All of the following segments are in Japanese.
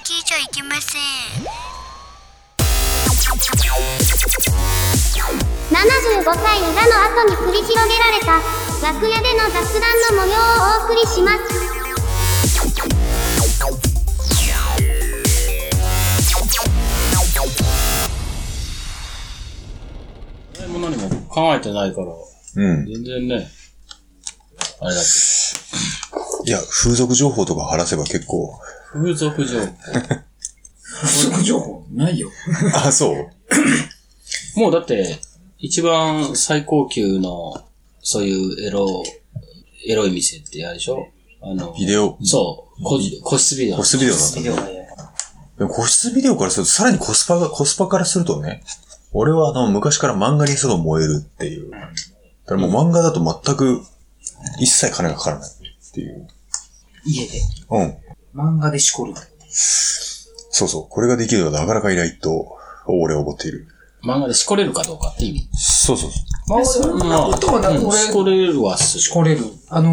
聞いちゃいけません。 75歳裏の後に繰り広げられた楽屋での雑談の模様をお送りします。 何も何も考えてないから、全然ね、あれだけど。いや、風俗情報とか話せば結構。 風俗情報風俗情報ないよ。 あ、そうもうだって、一番最高級の、そういうエロい店ってあれでしょ？ ビデオ。 そう。個室ビデオ。 個室ビデオなんだ。でも個室ビデオからすると、さらにコスパからするとね、俺は昔から漫画にすごい燃えるっていう。だからもう漫画だと全く、一切金がかからないっていう。 家で。 うん。 漫画でしこる。 そうそう。これができるのはなかなかいないと、俺は思っている。 漫画でしこれるかどうかって意味。 そうそう。 そんなことはな、 俺、しこれるはする。 しこれる。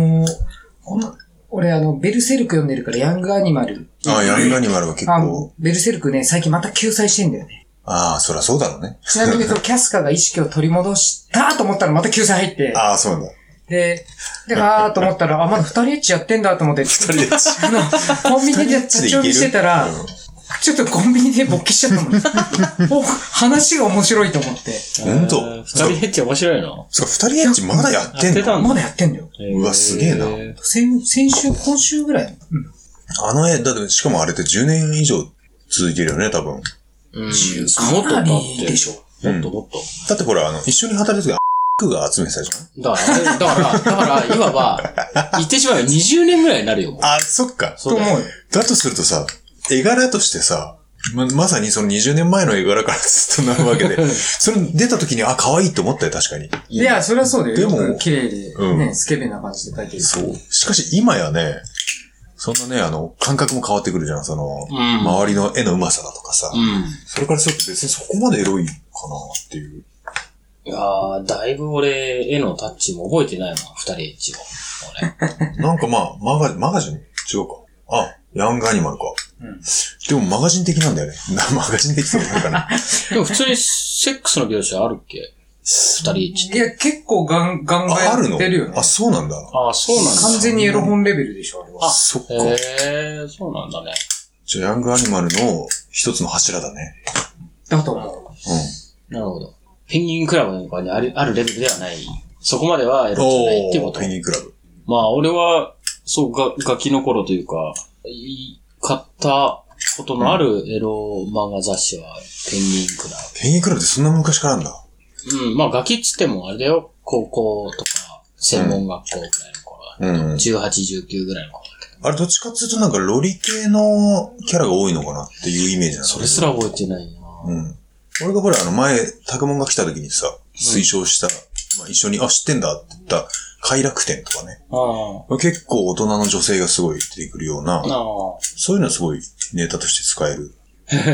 俺ベルセルク読んでるからヤングアニマル。 ヤングアニマルは結構。 ベルセルクね、最近また救済してんだよね。 そりゃそうだろうね。 ちなみにキャスカが意識を取り戻したと思ったらまた救済入って。 そうなんだ。 で、と思ったら、まだ二人エッチやってんだと思って。 二人エッチコンビニで立ち読みしてたら、ちょっとコンビニで勃起しちゃったもん。話が面白いと思って。 ほんと？ 二人エッチ面白いの？ そうか、二人エッチまだやってんの？ まだやってんだよ。 うわ、すげえな。 今週ぐらい。 だって、しかもあれって10年以上続いてるよね、多分。 もっとだって。でしょ。 もっと。 だってほら、一緒に働いてる時が集めてたじゃん。 だから、いわば、言ってしまえば20年ぐらいになるよ。 そっか。 そう思うよ。 だとするとさ、絵柄としてさ、まさにその20年前の絵柄からずっとなるわけで、それ出た時に、可愛いと思ったよ、確かに。 いや、それはそうだよ。 でも、 綺麗で、ね、スケベな感じで描いてる。 そう。しかし今やね、そんなね、感覚も変わってくるじゃん、周りの絵の上手さだとかさ。それからすると別にそこまでエロいかなっていう。 いやー、だいぶ俺、絵のタッチも覚えてないもん、二人エッチを。 なんかマガジン違うか。ヤングアニマルか。でもマガジン的なんだよね。マガジン的そうなんかな。 でも普通にセックスの描写あるっけ？二人エッチって。 いや、結構ガンガンやってるよね。 そうなんだ。 そうなんだ。 完全にエロ本レベルでしょ、あれは。 そっか。 そうなんだね。 じゃあ、ヤングアニマルの一つの柱だね。 だと思う。 なるほど。ペンギンクラブなんかにあるレベルではない。そこまではエロじゃないってこと。 ペンギンクラブ。 俺は、ガキの頃というか、買ったことのあるエロ漫画雑誌はペンギンクラブ。 ペンギンクラブってそんな昔からなんだ。 ガキっつってもあれだよ。高校とか、専門学校ぐらいの頃だけど、18、19ぐらいの頃だけど。 あれどっちかっていうとなんかロリ系のキャラが多いのかなっていうイメージなんだ。 それすら覚えてないな。 俺がほら前、タクモンが来た時にさ、推奨した、一緒に、知ってんだって言った快楽天とかね。結構大人の女性がすごい出てくるような、そういうのはすごいネタとして使える。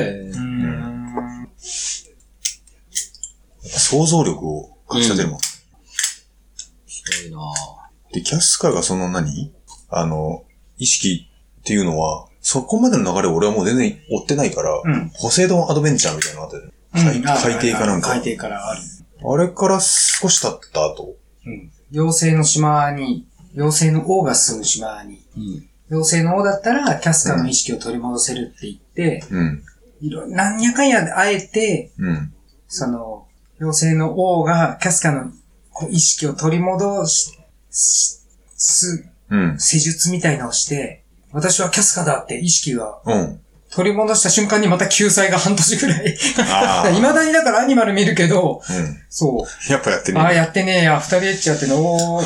想像力をかき立てるもん。 すごいなで、キャスカが意識っていうのは、そこまでの流れを俺はもう全然追ってないから、ポセイドンアドベンチャーみたいなのがあったよ。海底かなんか。 海底からある。 あれから少し経った後。 妖精の島に、妖精の王が住む島に、妖精の王だったらキャスカの意識を取り戻せるって言って、何やかんやであえて、妖精の王がキャスカの意識を取り戻す、施術みたいなのをして、私はキャスカだって意識が、取り戻した瞬間にまた救済が半年ぐらい。未だにだからアニマル見るけど、そう。 やっぱやってねえ。 やってねえや、二人エッチやってんの、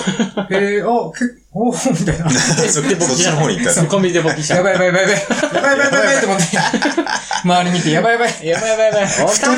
みたいな。 そっちの方に行った。 コンビニで勃起した。 やばいって思って。周り見て、やばい。 お母さん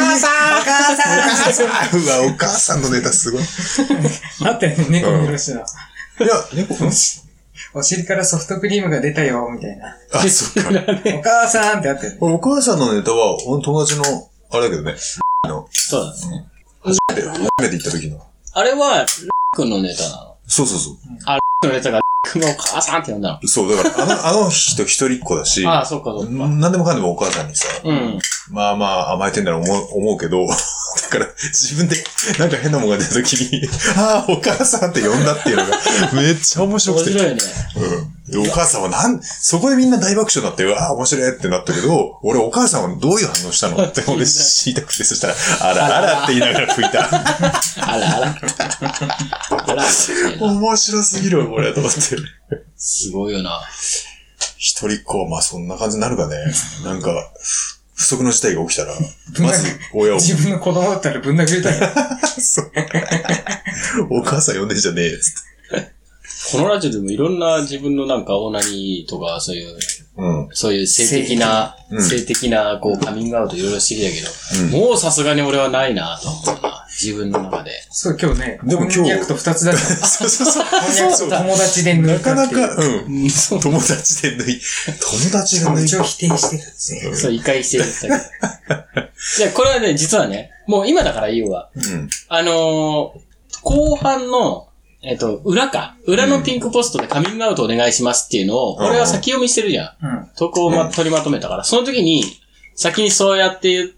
うわ、お母さんのネタすごい。 あったよね、猫見ろしな。 いや、猫お尻からソフトクリームが出たよ、みたいな。 そっか。 お母さんってあってる。 お母さんのネタは、友達の、あれだけどね。 そうだね。 初めて行った時の。 あれは、君のネタなの？ そう。 のやつが、お母さんって呼んだの。 そう、だからあの人一人っ子だし、 ああ、そっかそっか。 何でもかんでもお母さんにさ、 うん。 まあまあ甘えてんだろう思うけど、だから自分でなんか変なもんが出た時に、ああ、お母さんって呼んだっていうのがめっちゃ面白くて。 面白いね。 でお母さんはそこでみんな大爆笑になって、うわあ、面白いってなったけど、俺お母さんはどういう反応したのって俺知りたくて、そしたら、あらあらって言いながら吹いた。 あらあら。あら。 面白すぎるわ、これ、と思って。 すごいよな。 一人っ子はまあそんな感じになるかね。なんか、不測の事態が起きたら、まず親を。 自分の子供だったらぶん殴りたい。 そう。お母さん呼んでんじゃねえ、つって。 このラジオでもいろんな自分のなんかオーナニーとか、そういう、そういう性的な、こうカミングアウトいろいろしてきたけど、もうさすがに俺はないなと思うな。自分の中で。 そう、今日ね。 でも今日。 こんにゃくと2つだった。 そうそうそう。 こんにゃくと友達で抜いた。 なかなか、友達で一応否定してるんですね。 そう、一回否定したけど。いや、これはね、実はね、もう今だから言うわ。後半の、裏のピンクポストでカミングアウトお願いしますっていうのを、俺は先読みしてるじゃん。投稿を取りまとめたから。その時に、先にそうやって言って、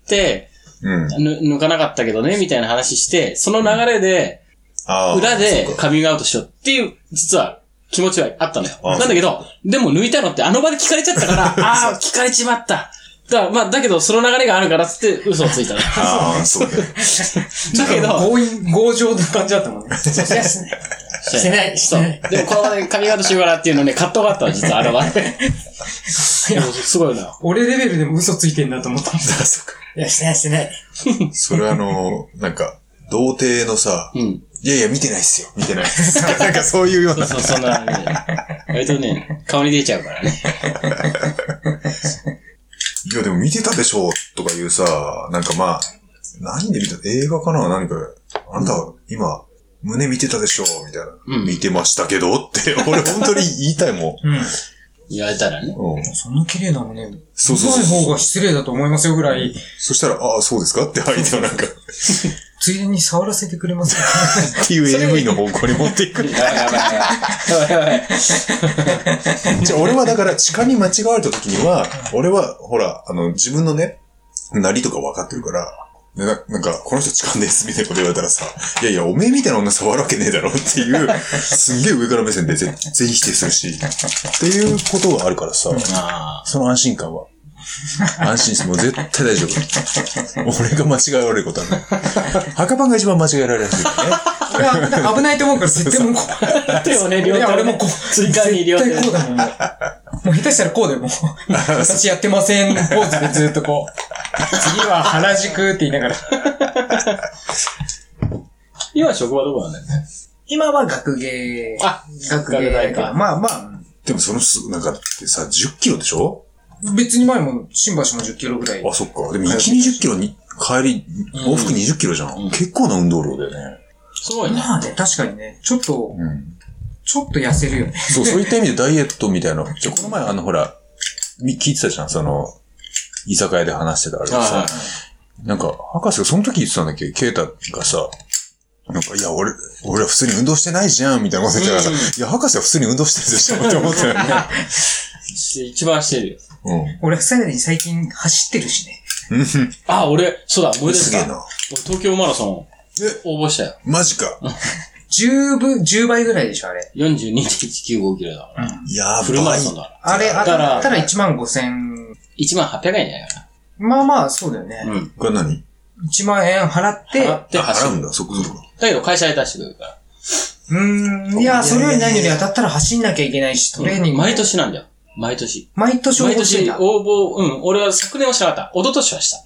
抜かなかったけどね、みたいな話して、その流れで、裏でカミングアウトしようっていう、実は気持ちはあったのよ。なんだけど、でも抜いたのってあの場で聞かれちゃったから、聞かれちまった。だけど、その流れがあるからっつって嘘をついたの。 そうだね。 だけど、 強情な感じだったもんね。してない。 そう。でもこの場でカミングアウトしようかなっていうのね、葛藤があったの、実はあの場で。すごいな。 俺レベルでも嘘ついてんだと思ったんだ。いや、してない。 それなんか、童貞のさ、いや見てないっすよ。見てないっす。なんかそういうような。 そう、そんな、割とね、顔に出ちゃうからね。 いやでも見てたでしょとかいうさ、なんかまあ、何で見た映画かな何か、あなた今、胸見てたでしょみたいな。見てましたけどって、俺本当に言いたいもん。 言われたらね。 そんな綺麗なのね。 そう。 ない方が失礼だと思いますよぐらい。 そしたら、そうですかって相手はなんか。 ついでに触らせてくれますかっていう AV の方向に持っていく。やばい。じゃあ俺はだから痴漢に間違われた時には、俺は、ほら、自分のね、なりとか分かってるから、なんか、この人痴漢ですみたいなこと言われたらさ、いや、おめえみたいな女触るわけねえだろっていう、すんげえ上から目線で全否定するし、っていうことがあるからさ、その安心感は。安心して、もう絶対大丈夫。俺が間違えられることはね。墓パンが一番間違えられるやつだよね。 俺は危ないと思うから絶対もうこう。 でもね、両手。 俺もこう。 追加に両手。 絶対こうだもん。もう下手したらこうだよ、もう。私やってません、ポーズでずっとこう。次は原宿って言いながら。 今職場どこなんだよね。 今は学芸。 学芸か。 まあ。 でもそのなんかってさ、10キロでしょ？ 別に前も、新橋も10キロぐらい。 そっか。でも1、20キロに、帰り、往復20キロじゃん。結構な運動量だよね。 すごいね。 まあね、確かにね、ちょっと痩せるよね。 そういった意味でダイエットみたいな。この前ほら、聞いてたじゃん、居酒屋で話してたあれでさ。なんか、博士がその時言ってたんだっけ、ケイタがさ、なんか、いや、俺は普通に運動してないじゃん、みたいなこと言ってたからさ、いや、博士は普通に運動してるでしょ、って思ったよね。 一番してるよ。 俺、さらに最近走ってるしね。 俺、そうだ、思い出した。 すげえな。 俺、東京マラソン、応募したよ。 マジか。 10倍ぐらいでしょ、あれ。 42.195キロだから。 やばい。 フルマラソンだから。 あれ、あったら15,000。 18,800円じゃないかな。 まあ、そうだよね。 これ何 ?1 万円払って払うんだ、そこ。 だけど会社で出してくれるから。 いや、それより何より当たったら走んなきゃいけないし、トレーニング。 毎年なんだよ。毎年応募してんだ。 応募、俺は昨年はしなかった。一昨年はした。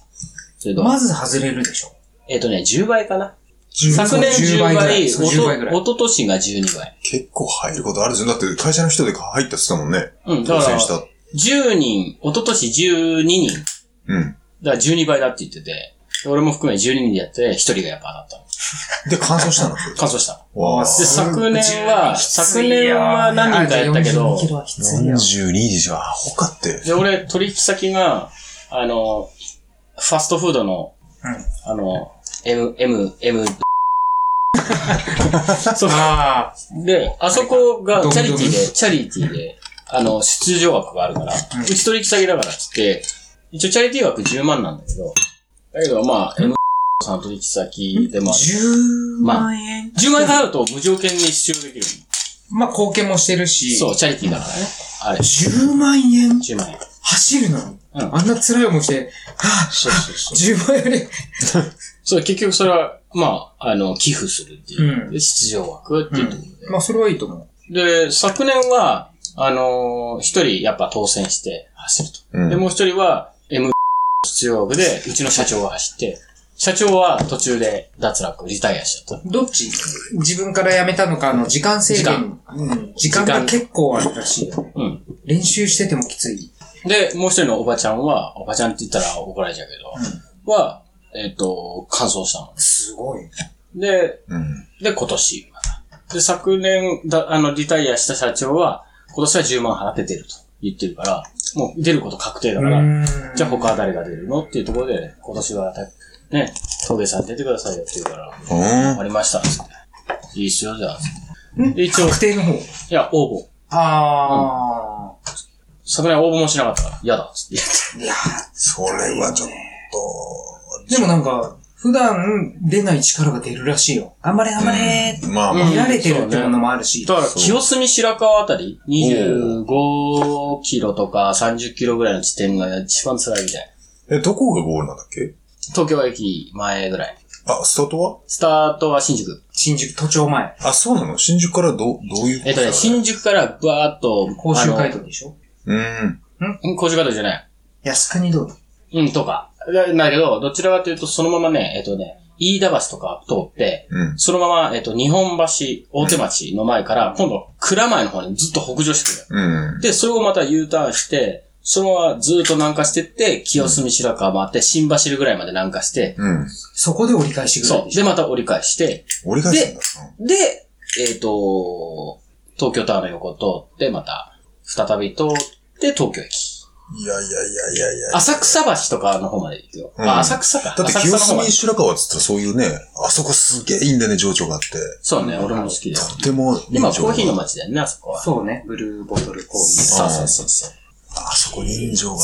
まず外れるでしょ。 10倍かな。昨年10倍、一昨年が12倍。 結構入ることあるじゃん。だって会社の人で入ったって言ってたもんね。 だから、10人、一昨年12人。だから12倍だって言ってて、俺も含め12人でやって、1人がやっぱ当たったの。 で、完走したの？ 完走した。で、昨年は何人かやったけど、 42でしょ、ほかって。 で、俺、取引先が、ファストフードの、M そう。で、あそこがチャリティーで、出場枠があるから、うち取引先だからっつって、一応チャリティー枠10万なんだけど、だけどまあ、M さん取引先でもある。 10万円、 10万円払うと無条件に出場できる。 まあ、貢献もしてるし。 そう、チャリティーだからね。あれ。 10万円 ?10 万円。 走るのに、あんな辛い思いして、 そうそうそう。 10万円で。 そう、結局それは、まあ、寄付するっていう。で出場枠っていうところで。 まあ、それはいいと思う。 で、昨年は、一人やっぱ当選して走ると。で、もう一人は M 出場枠で、うちの社長が走って、社長は途中で脱落、リタイアしちゃった。 どっち自分から辞めたのか、時間制限。時間が結構あるらしいよね。練習しててもきつい。 で、もう一人のおばちゃんは、おばちゃんって言ったら怒られちゃうけど、は、完走したの。 すごい。 で、今年、で、昨年リタイアした社長は、今年は10万払って出ると言ってるから、もう出ること確定だから、じゃあ他は誰が出るのっていうところで、今年はね、峠さん出てくださいよって言うから、ありましたっつって。いいっすよ、じゃあ。 で、一応。確定の方？ いや、応募。昨年応募もしなかったから、嫌だっつって言って。 いやそれはちょっと。 でもなんか、普段出ない力が出るらしいよ。頑張れ頑張れー。まあ見られてるってものもあるし。 だから、清澄白河あたり、25キロとか30キロぐらいの地点が一番辛いみたい。 どこがゴールなんだっけ？ 東京駅前ぐらい。 スタートは？ スタートは新宿。 新宿都庁前。 そうなの？新宿からどういうこと？ 新宿からバーっと。 甲州街道でしょ？ 甲州街道じゃない。 靖国通り。とか。だけど、どちらかというと、そのままね、飯田橋とか通って、そのまま、日本橋、大手町の前から、今度、蔵前の方にずっと北上してくる。で、それをまた U ターンして、そのままずっと南下してって、清澄白河回って、新橋ぐらいまで南下して、 そこで折り返しぐらいでしょ。 そう。で、また折り返して、 折り返すんだ。 で、東京タワーの横通って、また、再び通って、東京駅。 いや。 浅草橋とかの方まで行くよ。浅草か。 だって清澄白河っつったらそういうね、あそこすげえいいんだね、情緒があって。 そうね、俺も好きだよ。 とてもいい。 今コーヒーの街だよね、あそこは。 そうね。ブルーボトルコーヒー。 そう。 あそこに人情があって。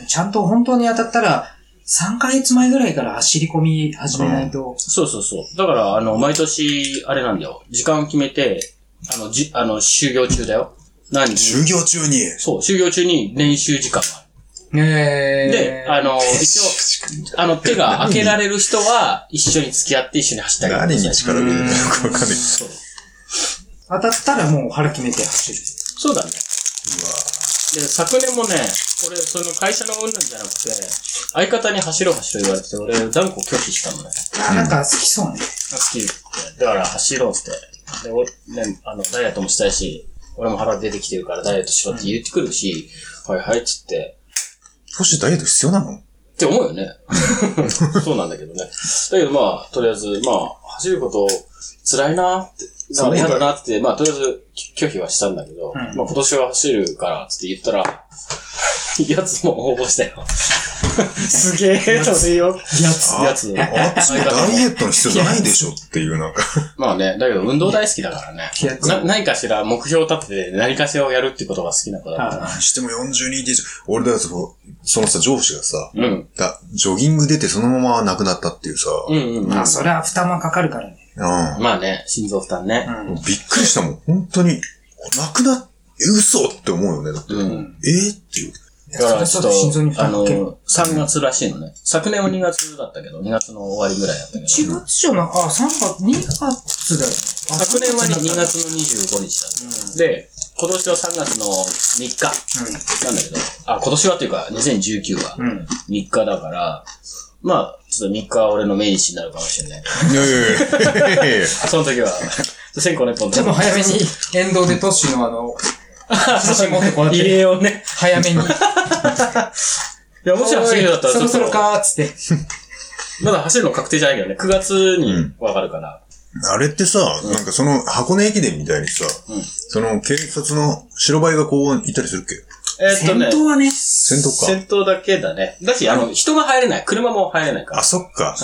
ちゃんと本当に当たったら、3ヶ月前ぐらいから走り込み始めないと。 そう。だから、毎年、あれなんだよ。時間決めて、修行中だよ。 修行中に？ そう、修行中に練習時間がある。で、一応、手が開けられる人は、一緒に付き合って一緒に走ったり。 何に力入れるのかわかんない。 当たったらもう腹決めて走る。 そうだね。で、昨年もね、俺、その会社の運なんじゃなくて、相方に走ろう言われて、俺、断固拒否したのね。 なんか好きそうね。 好きって。だから走ろうって。で、俺、ね、ダイエットもしたいし、俺も腹出てきてるからダイエットしろって言ってくるし、はいっつって。 そしてダイエット必要なの？ って思うよね。そうなんだけどね。だけどまあ、とりあえず、走ること辛いなって、だから嫌だなって、とりあえず拒否はしたんだけど、今年は走るからって言ったら、やつも応募したよ。すげえ、というよ。やつ。 ダイエットの必要ないでしょっていうなんか。 まあね、だけど運動大好きだからね。何かしら目標を立てて何かしらをやるってことが好きな子だから。 しても42日、俺だよ、そのさ、上司がさ、ジョギング出てそのまま亡くなったっていうさ。 まあ、それは負担はかかるからね。 まあね、心臓負担ね。 びっくりしたもん。本当に、嘘って思うよね。だって。っていう。 だからちょっと、3月らしいのね。昨年は2月だったけど、2月の終わりぐらいだったけど。 1月じゃな、3月、2月だよね。 昨年は2月の25日だった。で、今年は3月の3日。なんだけど、今年はっていうか、2019は3日だから、まあ、ちょっと3日は俺の命日になるかもしれない。いや。その時は、線香ね、 ちょっと早めに、沿道でトッシーの写真持ってこうやって。 入れをね。 早めに。いや、もし走るだったらそろそろかーっつって。 まだ走るの確定じゃないけどね。9月にわかるから。 あれってさ、なんかその箱根駅伝みたいにさ、その警察の白バイがこういたりするっけ？ 先頭はね。 先頭か。 先頭だけだね。だし、人が入れない。車も入れないから。 そっか。 そうだよ。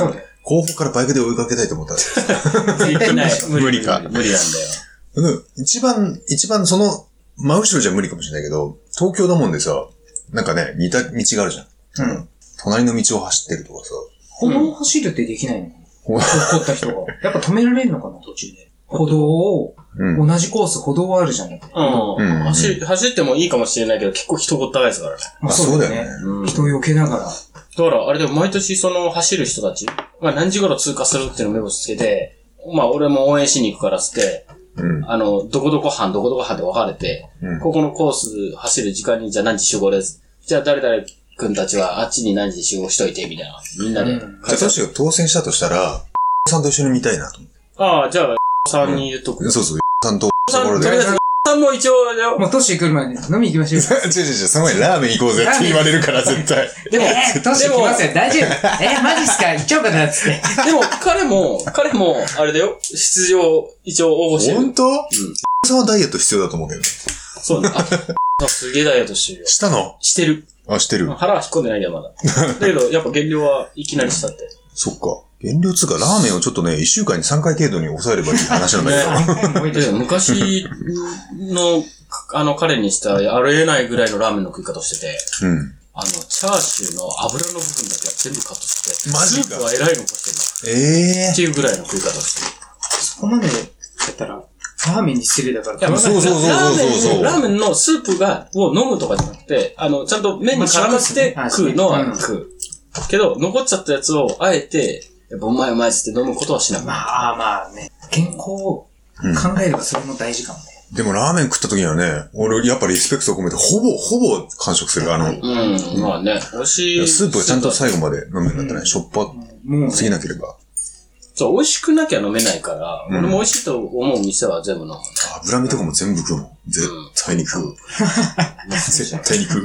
後方からバイクで追いかけたいと思ったら。 できない。 無理か。 無理なんだよ。 一番その、真後ろじゃ無理かもしれないけど、東京だもんでさ、なんかね、似た道があるじゃん。うん。隣の道を走ってるとかさ。 歩道を走るってできないのかな、怒った人が。やっぱ止められるのかな、途中で。歩道を、同じコース、歩道はあるじゃん。 走ってもいいかもしれないけど、結構人ごった返すからね。 まあそうだよね。人を避けながら。だから、あれでも毎年その走る人たち、まあ何時頃通過するっていうのを目星つけて、まあ俺も応援しに行くからつって、どこどこ班で分かれて、ここのコース走る時間にじゃあ何時集合です。じゃあ誰々君たちはあっちに何時集合しといて、みたいな。みんなで。じゃあ確か当選したとしたら、さんと一緒に見たいなと思って。 ああ、じゃあ、さんに言っとく。 そうそう、さんとところで。 さんも一応、 もうトシ来る前に飲み行きましょう。 違う、その前にラーメン行こうぜって言われるから、絶対。 でも、トシ来ますよ、大丈夫。マジっすか行っちゃおうかな、つって。 でも、彼も、あれだよ、出場、一応応募してる。 本当？さんはダイエット必要だと思うけど。 そうだ。すげえダイエットしてるよ。 したの？ してる。 あ、してる。 腹は引っ込んでないんだよ、まだ。だけど、やっぱ減量はいきなりしたって。 そっか。減量つうか、ラーメンをちょっとね、1週間に3回程度に抑えればいい話なんだけど。 昔の、彼にしたありえないぐらいのラーメンの食い方をしてて、チャーシューの油の部分だけは全部カットして、 マジか。 スープはえらい残してるっていうぐらいの食い方をしてる。 そこまでやったら、ラーメンに失礼だから。 そう。 ラーメンのスープを飲むとかじゃなくて、ちゃんと麺に絡ませて食うのは食う。けど、残っちゃったやつを、あえて、やっぱうまいって飲むことはしなくなる。 まあね。健康を考えればそれも大事かもね。 でもラーメン食った時にはね、俺やっぱリスペクトを込めてほぼ完食する。 まあね、美味しい。 スープがちゃんと最後まで飲めるんだったね。しょっぱすぎなければ。 そう、美味しくなきゃ飲めないから、俺も美味しいと思う店は全部飲む。 脂身とかも全部食うもん。絶対に食う。絶対に食う。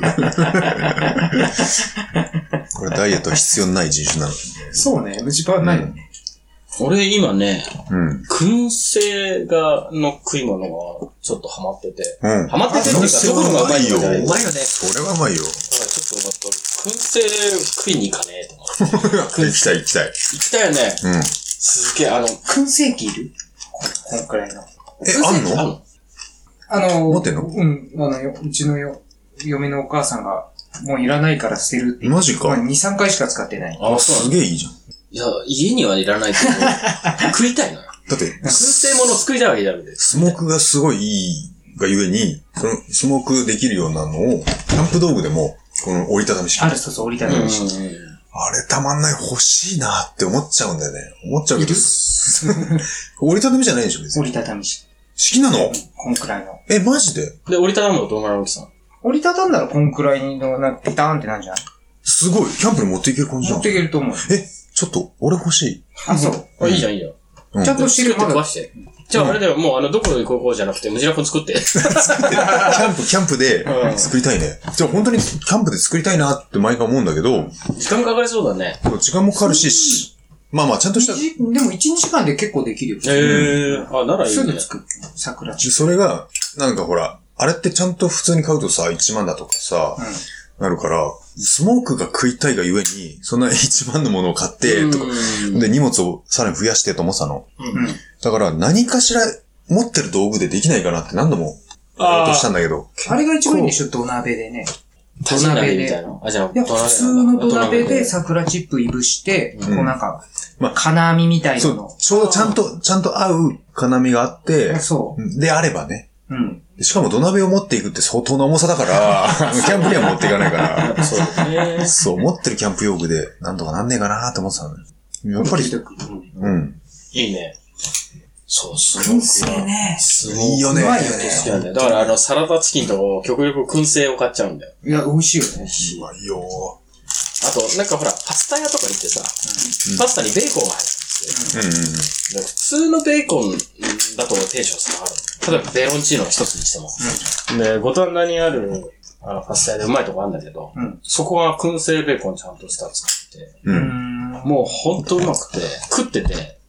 これダイエットは必要ない人種なので。 そうね、無事変わんないよね。 俺今ね、燻製の食い物がちょっとハマってて。ハマっててっていうか、どこのがうまいよ。うまいよね。 それはうまいよ。だからちょっと、燻製食いに行かねえと思って。 行きたい。 行きたいよね。すげえ、 燻製機いる？このくらいの。 あんの？持ってんの？ うちの嫁のお母さんが、もういらないから捨てるって。 マジか。 2、3回しか使ってない。 すげえいいじゃん。 いや、家にはいらないけど、食いたいのよ。 だって、 燻製物作りたいわけじゃなくて。 スモークがすごいいいがゆえに、そのスモークできるようなのを、キャンプ道具でも、この折りたたみ式。 そう、折りたたみ式。 あれたまんない、欲しいなって思っちゃうんだよね。思っちゃうけど。折りたたみじゃないでしょ、別に。 折りたたみ式。 式なの？ こんくらいの。 マジで？ で、折りたたむのどんぐらいの大きさ？ 折りたたんだらこんくらいの、なんかピターンってなんじゃん？ すごい。キャンプに持っていける感じじゃん。 持っていけると思う。 ちょっと、俺欲しい。 そう。 いいじゃん。 ちゃんとしてる。 食わして。じゃああれだよ、もうどこでこうじゃなくて、ムジラコ作って。 キャンプで作りたいね。じゃあ本当にキャンプで作りたいなって毎回思うんだけど。 時間かかりそうだね。 時間もかかるし、まあちゃんとした。 でも1、2時間で結構できるよ。ならいいね。 すぐ作る。桜地。 それが、なんかほら、あれってちゃんと普通に買うとさ、1万だとかさ、なるから、スモークが食いたいがゆえに、そんな1万のものを買って、とか、で荷物をさらに増やしてと思ってたの。だから何かしら持ってる道具でできないかなって何度もやろうとしたんだけど。 あれが一番いいんでしょ、土鍋でね。 土鍋みたいな。じゃあ、 普通の土鍋で桜チップいぶして、こうなんか、金網みたいなの。 そう、ちょうどちゃんと合う金網があって、であればね。しかも土鍋を持っていくって相当な重さだから、キャンプには持っていかないから。そう、持ってるキャンプ用具でなんとかなんねえかなと思ってたのね。やっぱり、 いいね。そう、 燻製ね。 いいよね。 うまいよね。 だからサラダチキンとか極力燻製を買っちゃうんだよ。 いや、美味しいよね。 うまいよ。 あと、なんかほら、パスタ屋とか行ってさ、パスタにベーコンが入ってるんですよ。普通のベーコンだとテンション下がる。例えばベロンチーノの一つにしても。で、五反田にある、パスタ屋でうまいとこあるんだけど、そこは燻製ベーコンちゃんとした使って、もうほんとうまくて、食ってて、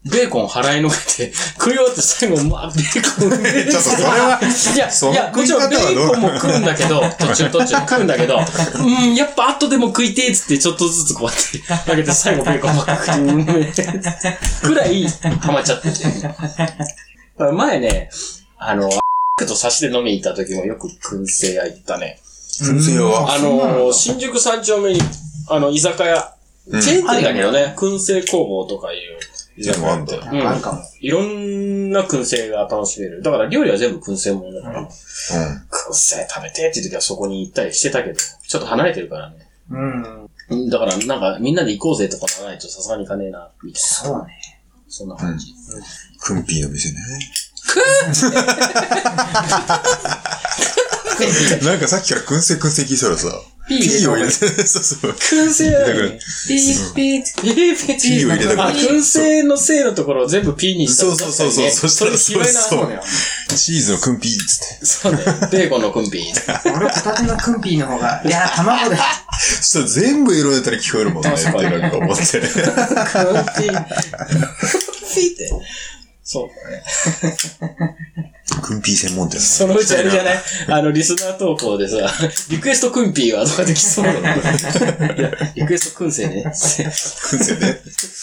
ベーコン払いのけて、食い終わって最後、ベーコンちょっとそれは、 いや、もちろんベーコンも食うんだけど、途中食うんだけど、やっぱ後でも食いてーっつってちょっとずつこうやってあげて最後ベーコンばっかりくらいハマっちゃってて。前ね、と差しで飲みに行った時もよく燻製屋行ったね。 燻製屋は新宿三丁目に、居酒屋、チェーン店だけどね、燻製工房とかいう居酒屋って。 あるかも。 いろんな燻製が楽しめる。だから料理は全部燻製ものだから、燻製食べてっていう時はそこに行ったりしてたけど、ちょっと離れてるからね。だからなんかみんなで行こうぜとかならないとさすがに行かねえな、みたいな。 そうね。 そんな感じ。 クンピーの店ね。なんかさっきから燻製聞いてたらさ、ピーを入れて、そうそう。 燻製だよね。ピーを入れたから。燻製の製のところを全部ピーにした。 そう。それ嫌いな。そうだよ。 チーズのクンピーっつって。 そうね。ベーコンのクンピー。 俺、ホタテのクンピーの方が、いや、卵だ。 そしたら全部色出たら聞こえるもんね。ってなんか思って。 クンピーって。そうだね。 クンピー専門店。 そのうちあれじゃないリスナー投稿でさ、リクエストクンピーはとかできそうだね。リクエスト燻製ね。 燻製ね。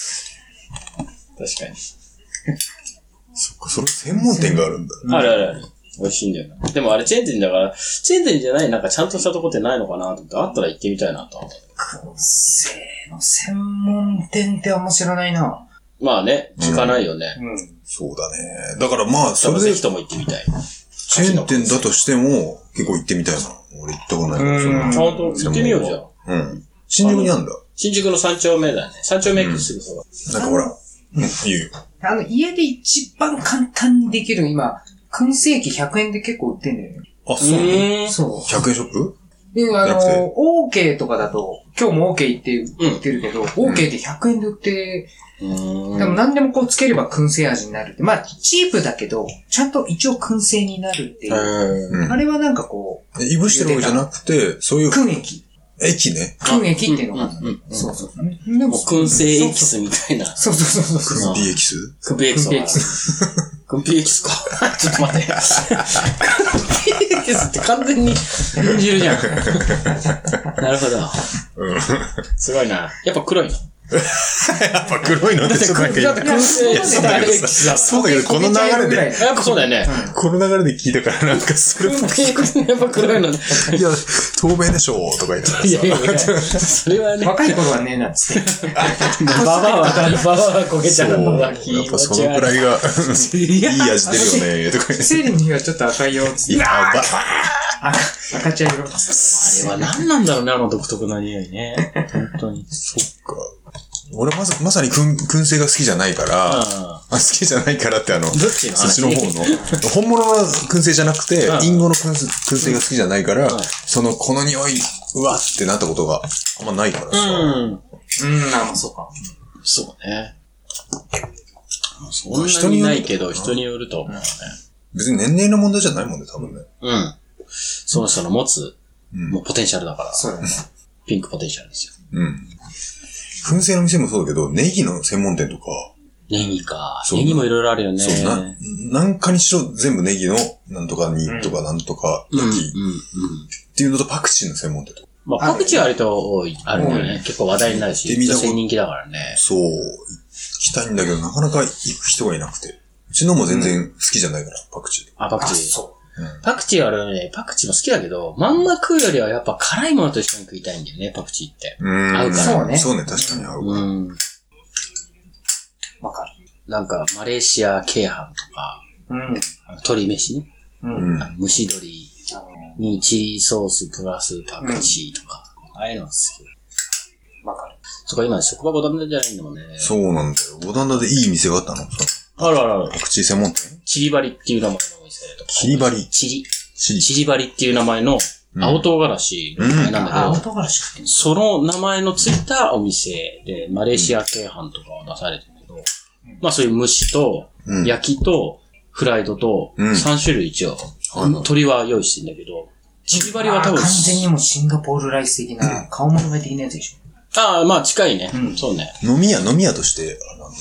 確かに。 そっか、それ専門店があるんだ。 ある。美味しいんだよな。でもあれチェーン店だから、チェーン店じゃないなんかちゃんとしたとこってないのかなと思って、あったら行ってみたいなと思って。 燻製の専門店って面白ないな。 まあね、聞かないよね。 そうだね。だからまあ、それで。 ぜひとも行ってみたい。 チェーン店だとしても、結構行ってみたいな。俺行ったことないから。 ちゃんと行ってみようじゃん。 新宿にあるんだ。 新宿の三丁目だね。三丁目駅すぐそば。 なんかほら、言うよ。 家で一番簡単にできる今、燻製機100円で結構売ってんだよね。 あ、そう。 そう。 100円ショップで、OK とかだと、今日も OK って言ってるけど、OK って100円で売って、でも何でもこうつければ燻製味になるって。まあ、チープだけど、ちゃんと一応燻製になるっていう。あれはなんかこう。 いぶしてるわけじゃなくて、そういう。 燻液。 液ね。 燻液っていうのが。そう。 でも燻製エキスみたいな。 そう。 燻ピーエキス燻ピーエキス。燻ピーエキスか。ちょっと待って。燻ピーエキスって完全に演じるじゃん。なるほど。すごいな。やっぱ黒いの。 やっぱ黒いのってちょっとなんかだって燻製そうだけど、この流れで。 やっぱそうだよね。 この流れで聞いたからなんかそれ。 燻製エキスやっぱ黒いの。 いや、透明でしょとか言ったらさ。 いや、それはね。 若い頃はねえなっつって。 ババアは焦げちゃうのがやっぱそのくらいが、いい味出るよねとか言って。 生理の日はちょっと赤いよっつって。 やば。 赤茶色。 あれは何なんだろうね、あの独特な匂いね。本当に。 そっか。俺まさに燻製が好きじゃないから、好きじゃないからってどっちのそっちの方の、本物の燻製じゃなくて、インゴの燻製が好きじゃないから、この匂い、うわってなったことがあんまないからさ。 そうか。 そうね。そんなにないけど、人によると思うね。 別に年齢の問題じゃないもんね、多分ね。 その人の持つ、もうポテンシャルだから。 そうだね。 ピンクポテンシャルですよ。 燻製の店もそうだけど、ネギの専門店とか。 ネギか。ネギもいろいろあるよね。 そう、なんかにしろ全部ネギの、なんとかにとかなんとか焼き。っていうのとパクチーの専門店とか。 まあ、パクチーは割と多い、あるよね。結構話題になるし、女性人気だからね。 そう。行きたいんだけど、なかなか行く人がいなくて。うちのも全然好きじゃないから、パクチー。 パクチー。そう。パクチーはあれね、パクチーも好きだけど、まんま食うよりはやっぱ辛いものと一緒に食いたいんだよね、パクチーって。合うから。 そうね、確かに合うから。 わかる。 なんか、マレーシア鶏飯とか、鶏飯ね。蒸し鶏にチリソースプラスパクチーとか、ああいうのが好き。 わかる。 そこ今、職場五段じゃないんだもんね。 そうなんだよ。五段でいい店があったのあら。 パクチー専門店チリバリっていう名前のお店とか。 チリバリチリバリっていう名前の青唐辛子の名前なんだけど、 青唐辛子食ってんの？ その名前のついたお店で、マレーシア鶏飯とかを出されてるけど、まあそういう蒸しと、焼きと、フライドと、3種類一応、鶏は用意してるんだけど、チリバリは多分。 完全にもうシンガポールライス的な、顔物目的なやつでしょ。 まあ近いね。そうね。 飲み屋として、なんでね。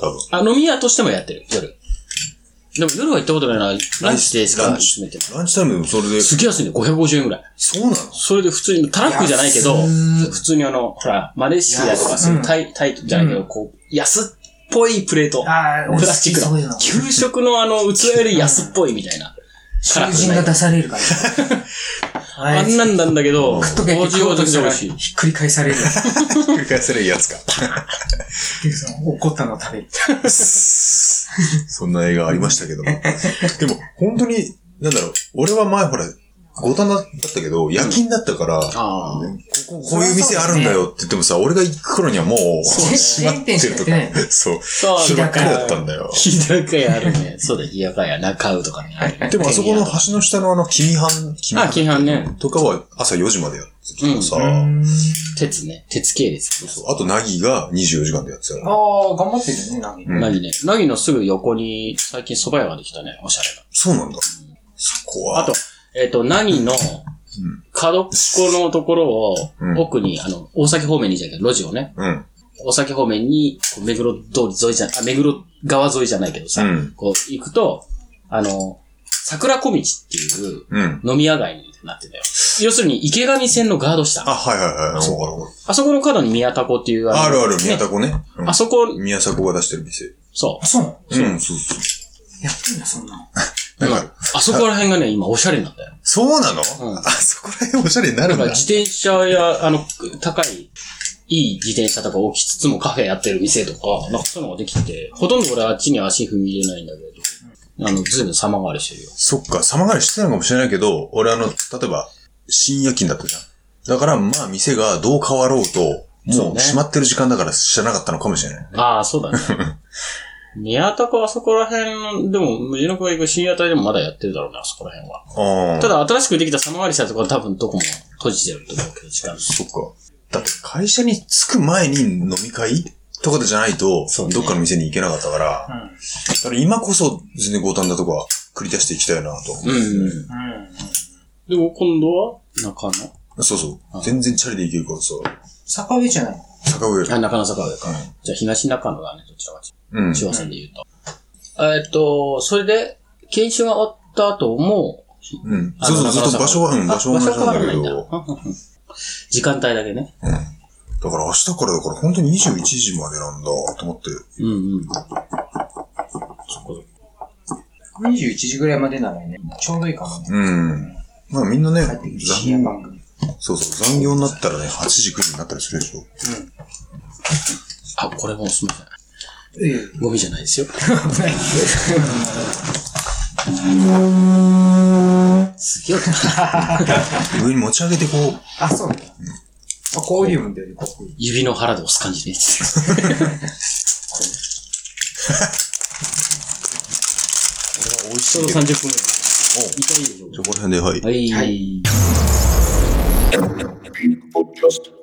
多分。 飲み屋としてもやってる、夜。でも夜は行ったことないな。ランチでしか閉めてる。 ランチタイムでもそれで。 すげえ安いね。550円ぐらい。 そうなの？ それで普通に、タラックじゃないけど、普通にほら、マレーシアとかそういうタイじゃないけど、こう、安っぽいプレート。プラスチックの。給食の器より安っぽいみたいな。 囚人が出されるから。 あんなんなんだけど、 食っとけって食おうとしたらひっくり返される。 ひっくり返されるやつか。 怒ったのを食べる。 そんな映画ありましたけども。でも、本当に、なんだろう、俺は前ほら、五反田だったけど、夜勤だったから、こういう店あるんだよって言ってもさ、俺が行く頃にはもう、閉まってるとか。そう。日高屋だったんだよ。 日高屋あるね。そうだ、日高屋、中尾とかね。 でもあそこの橋の下の君半ね。 とかは朝4時までやってたさ。 鉄ね。鉄系列。 そう。あと、なぎが24時間でやってたああ、頑張ってるね、なぎ。 なぎね。なぎのすぐ横に、最近蕎麦屋ができたね、おしゃれな。 そうなんだ。そこは。 あと、なぎの、角っこのところを、奥に、大崎方面にじゃなくて、路地をね、大崎方面に、目黒通り沿いじゃ、目黒川沿いじゃないけどさ、こう、行くと、桜小道っていう飲み屋街になってたよ。要するに、池上線のガード下。 あ、はいはいはい。 あそこの角に宮田子っていう。 ある、宮田子ね。 あそこ。 宮迫が出してる店。 そう。 そう。 そう。 やってんだ、そんな。 あそこら辺がね、今おしゃれなんだよ。 そうなの？あそこら辺おしゃれになるんだ。 自転車や、高い、いい自転車とか置きつつもカフェやってる店とか、なんかそういうのができて、ほとんど俺あっちに足踏み入れないんだけど、ずいぶん様変わりしてるよ。 そっか、様変わりしてたのかもしれないけど、俺例えば、深夜勤だったじゃん。だから、まあ、店がどう変わろうと、もう閉まってる時間だから知らなかったのかもしれない。 ああ、そうだね。宮田子あそこら辺、でも、無地の子が行く深夜帯でもまだやってるだろうね、あそこら辺は。ただ、新しくできた様変わりしたところは多分どこも閉じてると思うけど、時間。 そっか。だって、会社に着く前に飲み会とかじゃないと、どっかの店に行けなかったから、だから今こそ全然五反田とか繰り出していきたいなと。 でも今度は中野？ そう。全然チャリで行けるからさ。 坂上じゃないの？ 坂上。 中野坂上か。じゃあ東中野だね、どちらか。中央線で言うと。それで、研修が終わった後も、 そう、ずっと場所は同じなんだけど。 時間帯だけね。 だから明日から本当に21時までなんだと思って。 21時ぐらいまでならね、ちょうどいいかもね。 まあみんなね、 深夜番組。 そう、残業になったらね、8時9時になったりするでしょ。 あ、これもすみません。ゴミじゃないですよ。すげえ音。上に持ち上げてこう。 あ、そうなんだ。コーディウムで指の腹で押す感じです。これは美味しそう。30分ぐらい。痛いでしょ。 じゃあこの辺で、はい。 はい。